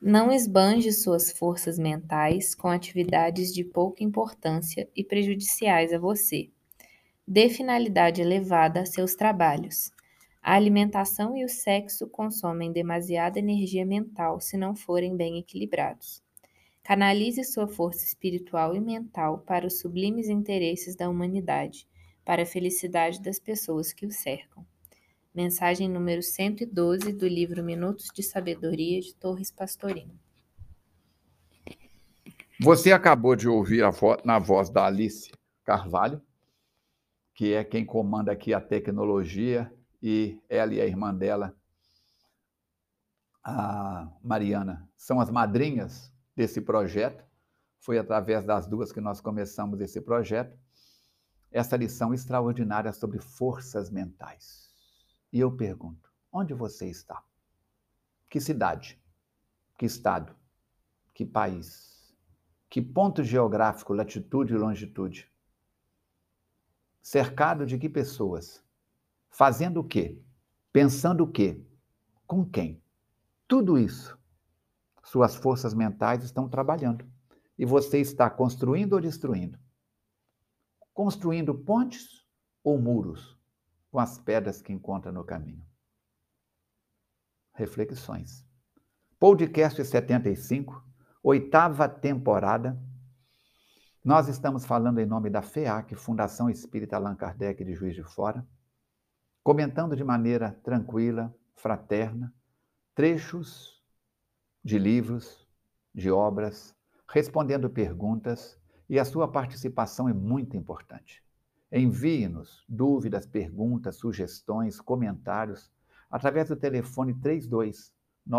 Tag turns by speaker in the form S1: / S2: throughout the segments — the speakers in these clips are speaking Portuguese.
S1: Não esbanje suas forças mentais com atividades de pouca importância e prejudiciais a você. Dê finalidade elevada a seus trabalhos. A alimentação e o sexo consomem demasiada energia mental se não forem bem equilibrados. Canalize sua força espiritual e mental para os sublimes interesses da humanidade, para a felicidade das pessoas que o cercam. Mensagem número 112 do livro Minutos de Sabedoria de Torres Pastorino.
S2: Você acabou de ouvir na voz da Alice Carvalho, que é quem comanda aqui a tecnologia, e ela e a irmã dela, a Mariana, são as madrinhas desse projeto. Foi através das duas que nós começamos esse projeto. Essa lição extraordinária sobre forças mentais. E eu pergunto, onde você está? Que cidade? Que estado? Que país? Que ponto geográfico, latitude e longitude? Cercado de que pessoas? Fazendo o quê? Pensando o quê? Com quem? Tudo isso, suas forças mentais estão trabalhando. E você está construindo ou destruindo? Construindo pontes ou muros com as pedras que encontra no caminho? Reflexões. Podcast 75, 8ª temporada. Nós estamos falando em nome da FEAC, Fundação Espírita Allan Kardec de Juiz de Fora, comentando de maneira tranquila, fraterna, trechos de livros, de obras, respondendo perguntas, e a sua participação é muito importante. Envie-nos dúvidas, perguntas, sugestões, comentários, através do telefone 32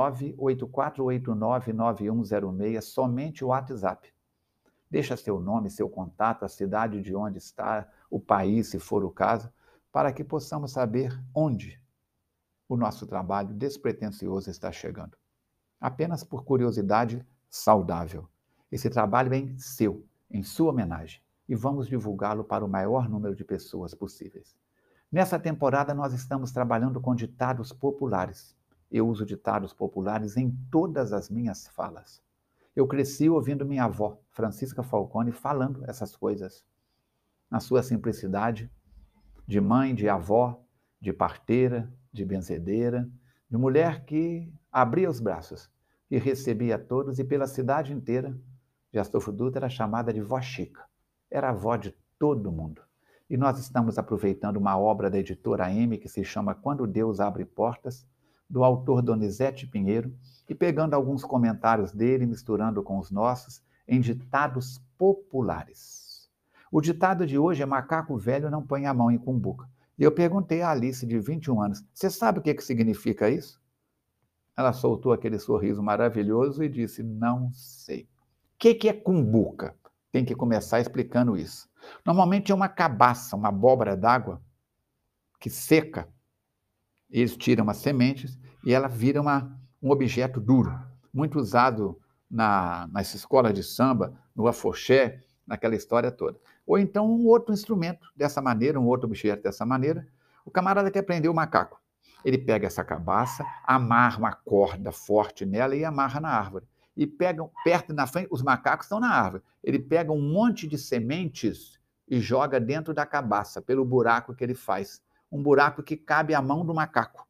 S2: 984899106, somente o WhatsApp. Deixa seu nome, seu contato, a cidade de onde está, o país, se for o caso, para que possamos saber onde o nosso trabalho despretensioso está chegando. Apenas por curiosidade saudável. Esse trabalho é seu, em sua homenagem, e vamos divulgá-lo para o maior número de pessoas possíveis. Nessa temporada, nós estamos trabalhando com ditados populares. Eu uso ditados populares em todas as minhas falas. Eu cresci ouvindo minha avó, Francisca Falcone, falando essas coisas. Na sua simplicidade, de mãe, de avó, de parteira, de benzedeira, de mulher que abria os braços e recebia todos, e pela cidade inteira, de Astolfo Dutra era chamada de Vó Chica. Era a avó de todo mundo. E nós estamos aproveitando uma obra da editora M, que se chama Quando Deus Abre Portas, do autor Donizete Pinheiro, e pegando alguns comentários dele, misturando com os nossos, em ditados populares. O ditado de hoje é: macaco velho não põe a mão em cumbuca. E eu perguntei à Alice, de 21 anos, você sabe o que significa isso? Ela soltou aquele sorriso maravilhoso e disse, não sei. O que é cumbuca? Tem que começar explicando isso. Normalmente é uma cabaça, uma abóbora d'água que seca. Eles tiram as sementes e ela vira um objeto duro, muito usado nas escolas de samba, no afoxé, naquela história toda. Ou então um outro instrumento dessa maneira, um outro objeto dessa maneira. O camarada que aprendeu o macaco. Ele pega essa cabaça, amarra uma corda forte nela e amarra na árvore. E pega, perto na frente, os macacos estão na árvore. Ele pega um monte de sementes e joga dentro da cabaça, pelo buraco que ele faz. Um buraco que cabe à mão do macaco.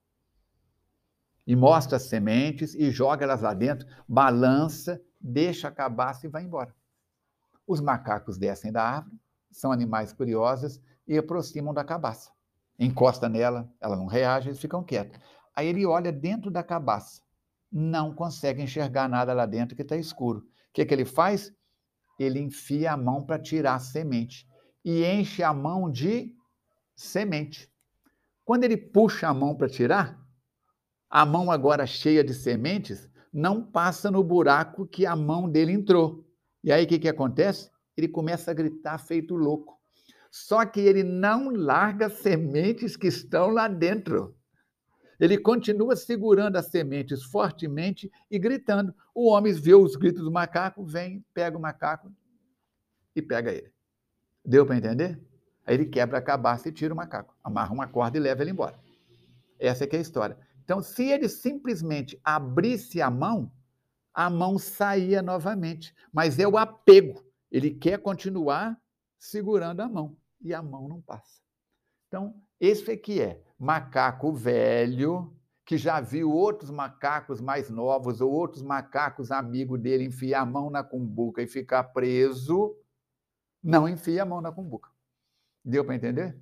S2: E mostra as sementes e joga elas lá dentro, balança, deixa a cabaça e vai embora. Os macacos descem da árvore, são animais curiosos e aproximam da cabaça. Encosta nela, ela não reage, eles ficam quietos. Aí ele olha dentro da cabaça, não consegue enxergar nada lá dentro, que está escuro. O que ele faz? Ele enfia a mão para tirar a semente e enche a mão de semente. Quando ele puxa a mão para tirar, a mão agora cheia de sementes não passa no buraco que a mão dele entrou. E aí o que acontece? Ele começa a gritar feito louco. Só que ele não larga as sementes que estão lá dentro. Ele continua segurando as sementes fortemente e gritando. O homem vê os gritos do macaco, vem, pega o macaco e pega ele. Deu para entender? Aí ele quebra a cabaça e tira o macaco. Amarra uma corda e leva ele embora. Essa é que é a história. Então, se ele simplesmente abrisse a mão, a mão saía novamente. Mas é o apego. Ele quer continuar segurando a mão. E a mão não passa. Então, esse é que é macaco velho, que já viu outros macacos mais novos ou outros macacos amigos dele enfiar a mão na cumbuca e ficar preso, não enfia a mão na cumbuca. Deu para entender?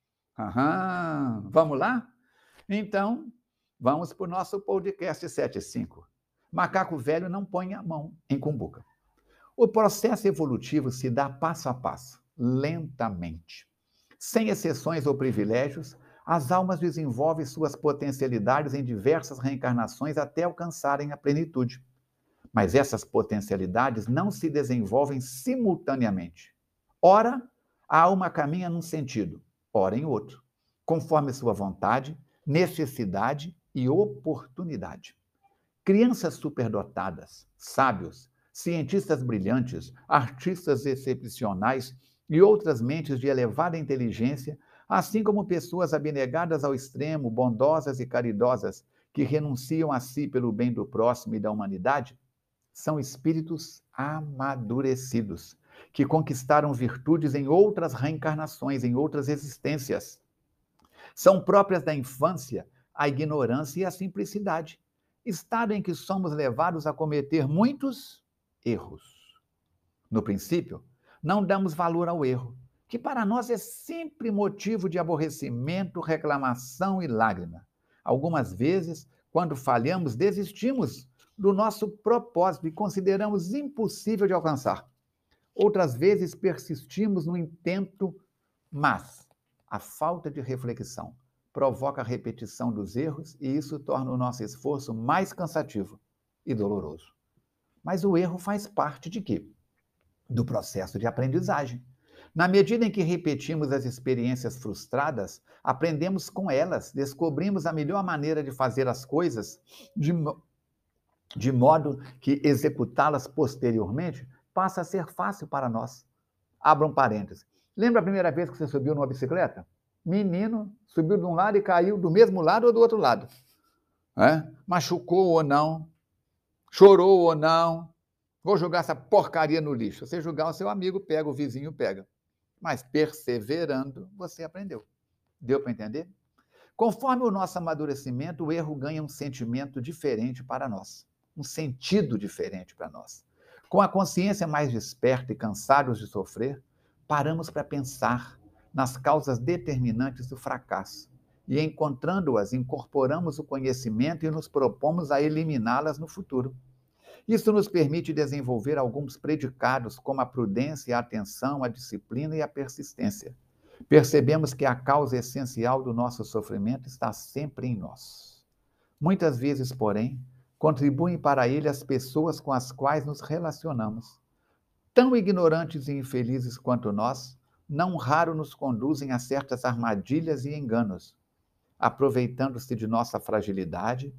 S2: Aham. Vamos lá? Então, vamos para o nosso podcast 75. Macaco velho não põe a mão em cumbuca. O processo evolutivo se dá passo a passo, lentamente. Sem exceções ou privilégios, as almas desenvolvem suas potencialidades em diversas reencarnações até alcançarem a plenitude. Mas essas potencialidades não se desenvolvem simultaneamente. Ora, a alma caminha num sentido, ora em outro, conforme sua vontade, necessidade e oportunidade. Crianças superdotadas, sábios, cientistas brilhantes, artistas excepcionais e outras mentes de elevada inteligência, assim como pessoas abnegadas ao extremo, bondosas e caridosas, que renunciam a si pelo bem do próximo e da humanidade, são espíritos amadurecidos, que conquistaram virtudes em outras reencarnações, em outras existências. São próprias da infância a ignorância e a simplicidade, estado em que somos levados a cometer muitos erros. No princípio, não damos valor ao erro, que para nós é sempre motivo de aborrecimento, reclamação e lágrima. Algumas vezes, quando falhamos, desistimos do nosso propósito e consideramos impossível de alcançar. Outras vezes, persistimos no intento, mas a falta de reflexão provoca a repetição dos erros e isso torna o nosso esforço mais cansativo e doloroso. Mas o erro faz parte de quê? Do processo de aprendizagem. Na medida em que repetimos as experiências frustradas, aprendemos com elas, descobrimos a melhor maneira de fazer as coisas, de modo que executá-las posteriormente passa a ser fácil para nós. Abra um parêntese. Lembra a primeira vez que você subiu numa bicicleta? Menino, subiu de um lado e caiu do mesmo lado ou do outro lado. Machucou ou não, chorou ou não. Vou jogar essa porcaria no lixo. Você jogar, o seu amigo pega, o vizinho pega. Mas perseverando, você aprendeu. Deu para entender? Conforme o nosso amadurecimento, o erro ganha um sentimento diferente para nós, um sentido diferente para nós. Com a consciência mais desperta e cansados de sofrer, paramos para pensar nas causas determinantes do fracasso e, encontrando-as, incorporamos o conhecimento e nos propomos a eliminá-las no futuro. Isso nos permite desenvolver alguns predicados, como a prudência, a atenção, a disciplina e a persistência. Percebemos que a causa essencial do nosso sofrimento está sempre em nós. Muitas vezes, porém, contribuem para ele as pessoas com as quais nos relacionamos. Tão ignorantes e infelizes quanto nós, não raro nos conduzem a certas armadilhas e enganos, aproveitando-se de nossa fragilidade,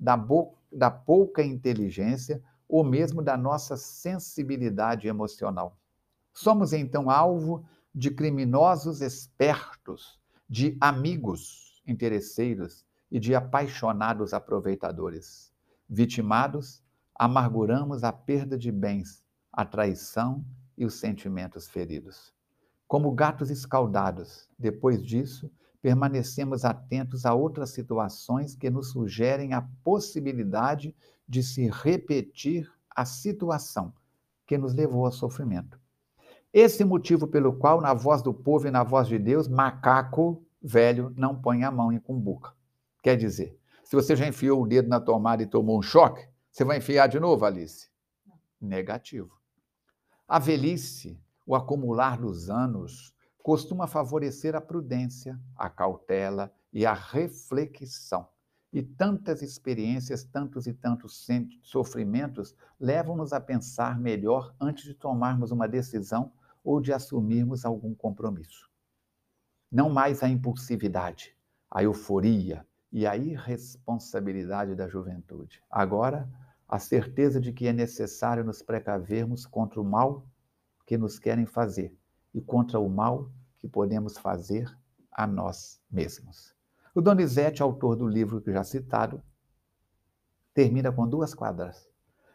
S2: da pouca inteligência ou mesmo da nossa sensibilidade emocional. Somos então alvo de criminosos espertos, de amigos interesseiros e de apaixonados aproveitadores. Vitimados, amarguramos a perda de bens, a traição e os sentimentos feridos. Como gatos escaldados, depois disso, permanecemos atentos a outras situações que nos sugerem a possibilidade de se repetir a situação que nos levou ao sofrimento. Esse motivo pelo qual, na voz do povo e na voz de Deus, macaco velho não põe a mão em cumbuca. Quer dizer, se você já enfiou o dedo na tomada e tomou um choque, você vai enfiar de novo, Alice? Negativo. A velhice, o acumular dos anos, costuma favorecer a prudência, a cautela e a reflexão. E tantas experiências, tantos e tantos sofrimentos levam-nos a pensar melhor antes de tomarmos uma decisão ou de assumirmos algum compromisso. Não mais a impulsividade, a euforia e a irresponsabilidade da juventude. Agora, a certeza de que é necessário nos precavermos contra o mal que nos querem fazer e contra o mal que podemos fazer a nós mesmos. O Donizete, autor do livro que já citado, termina com 2 quadras.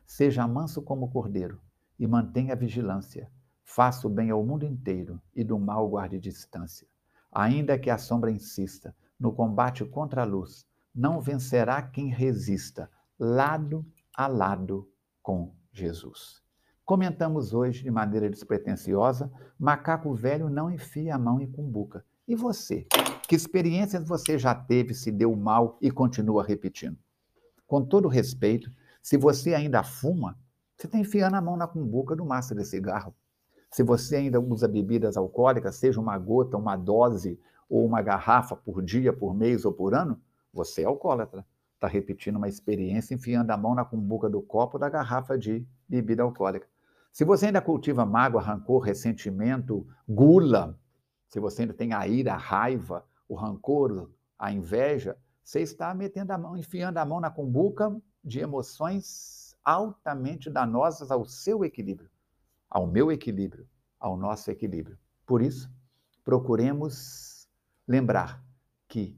S2: Seja manso como o cordeiro e mantenha a vigilância. Faça o bem ao mundo inteiro e do mal guarde distância. Ainda que a sombra insista no combate contra a luz, não vencerá quem resista, lado a lado com Jesus. Comentamos hoje, de maneira despretensiosa, macaco velho não enfia a mão em cumbuca. E você? Que experiências você já teve, se deu mal e continua repetindo? Com todo respeito, se você ainda fuma, você está enfiando a mão na cumbuca do maço de cigarro. Se você ainda usa bebidas alcoólicas, seja uma gota, uma dose ou uma garrafa por dia, por mês ou por ano, você é alcoólatra. Está repetindo uma experiência enfiando a mão na cumbuca do copo da garrafa de bebida alcoólica. Se você ainda cultiva mágoa, rancor, ressentimento, gula, se você ainda tem a ira, a raiva, o rancor, a inveja, você está metendo a mão, enfiando a mão na cumbuca de emoções altamente danosas ao seu equilíbrio, ao meu equilíbrio, ao nosso equilíbrio. Por isso, procuremos lembrar que,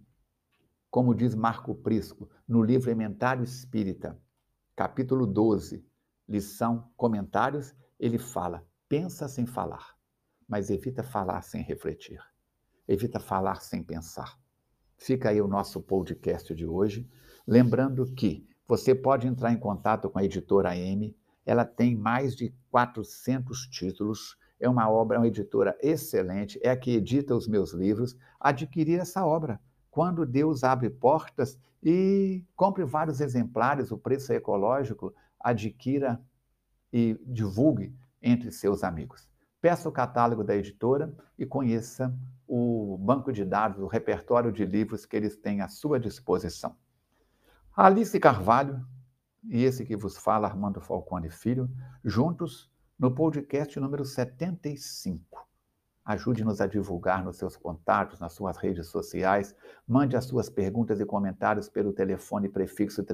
S2: como diz Marco Prisco, no livro Elementário Espírita, capítulo 12, lição Comentários, ele fala: pensa sem falar, mas evita falar sem refletir, evita falar sem pensar. Fica aí o nosso podcast de hoje. Lembrando que você pode entrar em contato com a editora M. Ela tem mais de 400 títulos. É uma obra, é uma editora excelente. É a que edita os meus livros. Adquirir essa obra. Quando Deus abre portas, e compre vários exemplares, o preço é ecológico, adquira e divulgue entre seus amigos. Peça o catálogo da editora e conheça o banco de dados, o repertório de livros que eles têm à sua disposição. Alice Carvalho e esse que vos fala, Armando Falcone Filho, juntos no podcast número 75. Ajude-nos a divulgar nos seus contatos, nas suas redes sociais. Mande as suas perguntas e comentários pelo telefone prefixo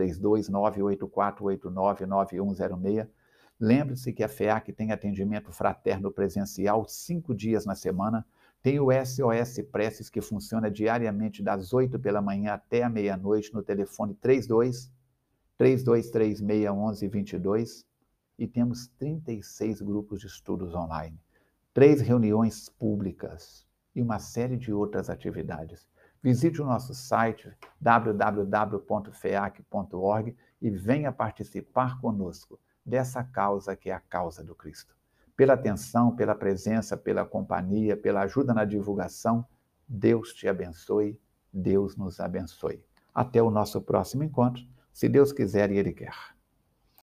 S2: 32984899106. Lembre-se que a FEAC tem atendimento fraterno presencial 5 dias na semana. Tem o SOS Preces, que funciona diariamente das 8 pela manhã até a meia-noite no telefone 32361122. E temos 36 grupos de estudos online, 3 reuniões públicas e uma série de outras atividades. Visite o nosso site www.feac.org e venha participar conosco dessa causa que é a causa do Cristo. Pela atenção, pela presença, pela companhia, pela ajuda na divulgação, Deus te abençoe, Deus nos abençoe. Até o nosso próximo encontro, se Deus quiser e Ele quer.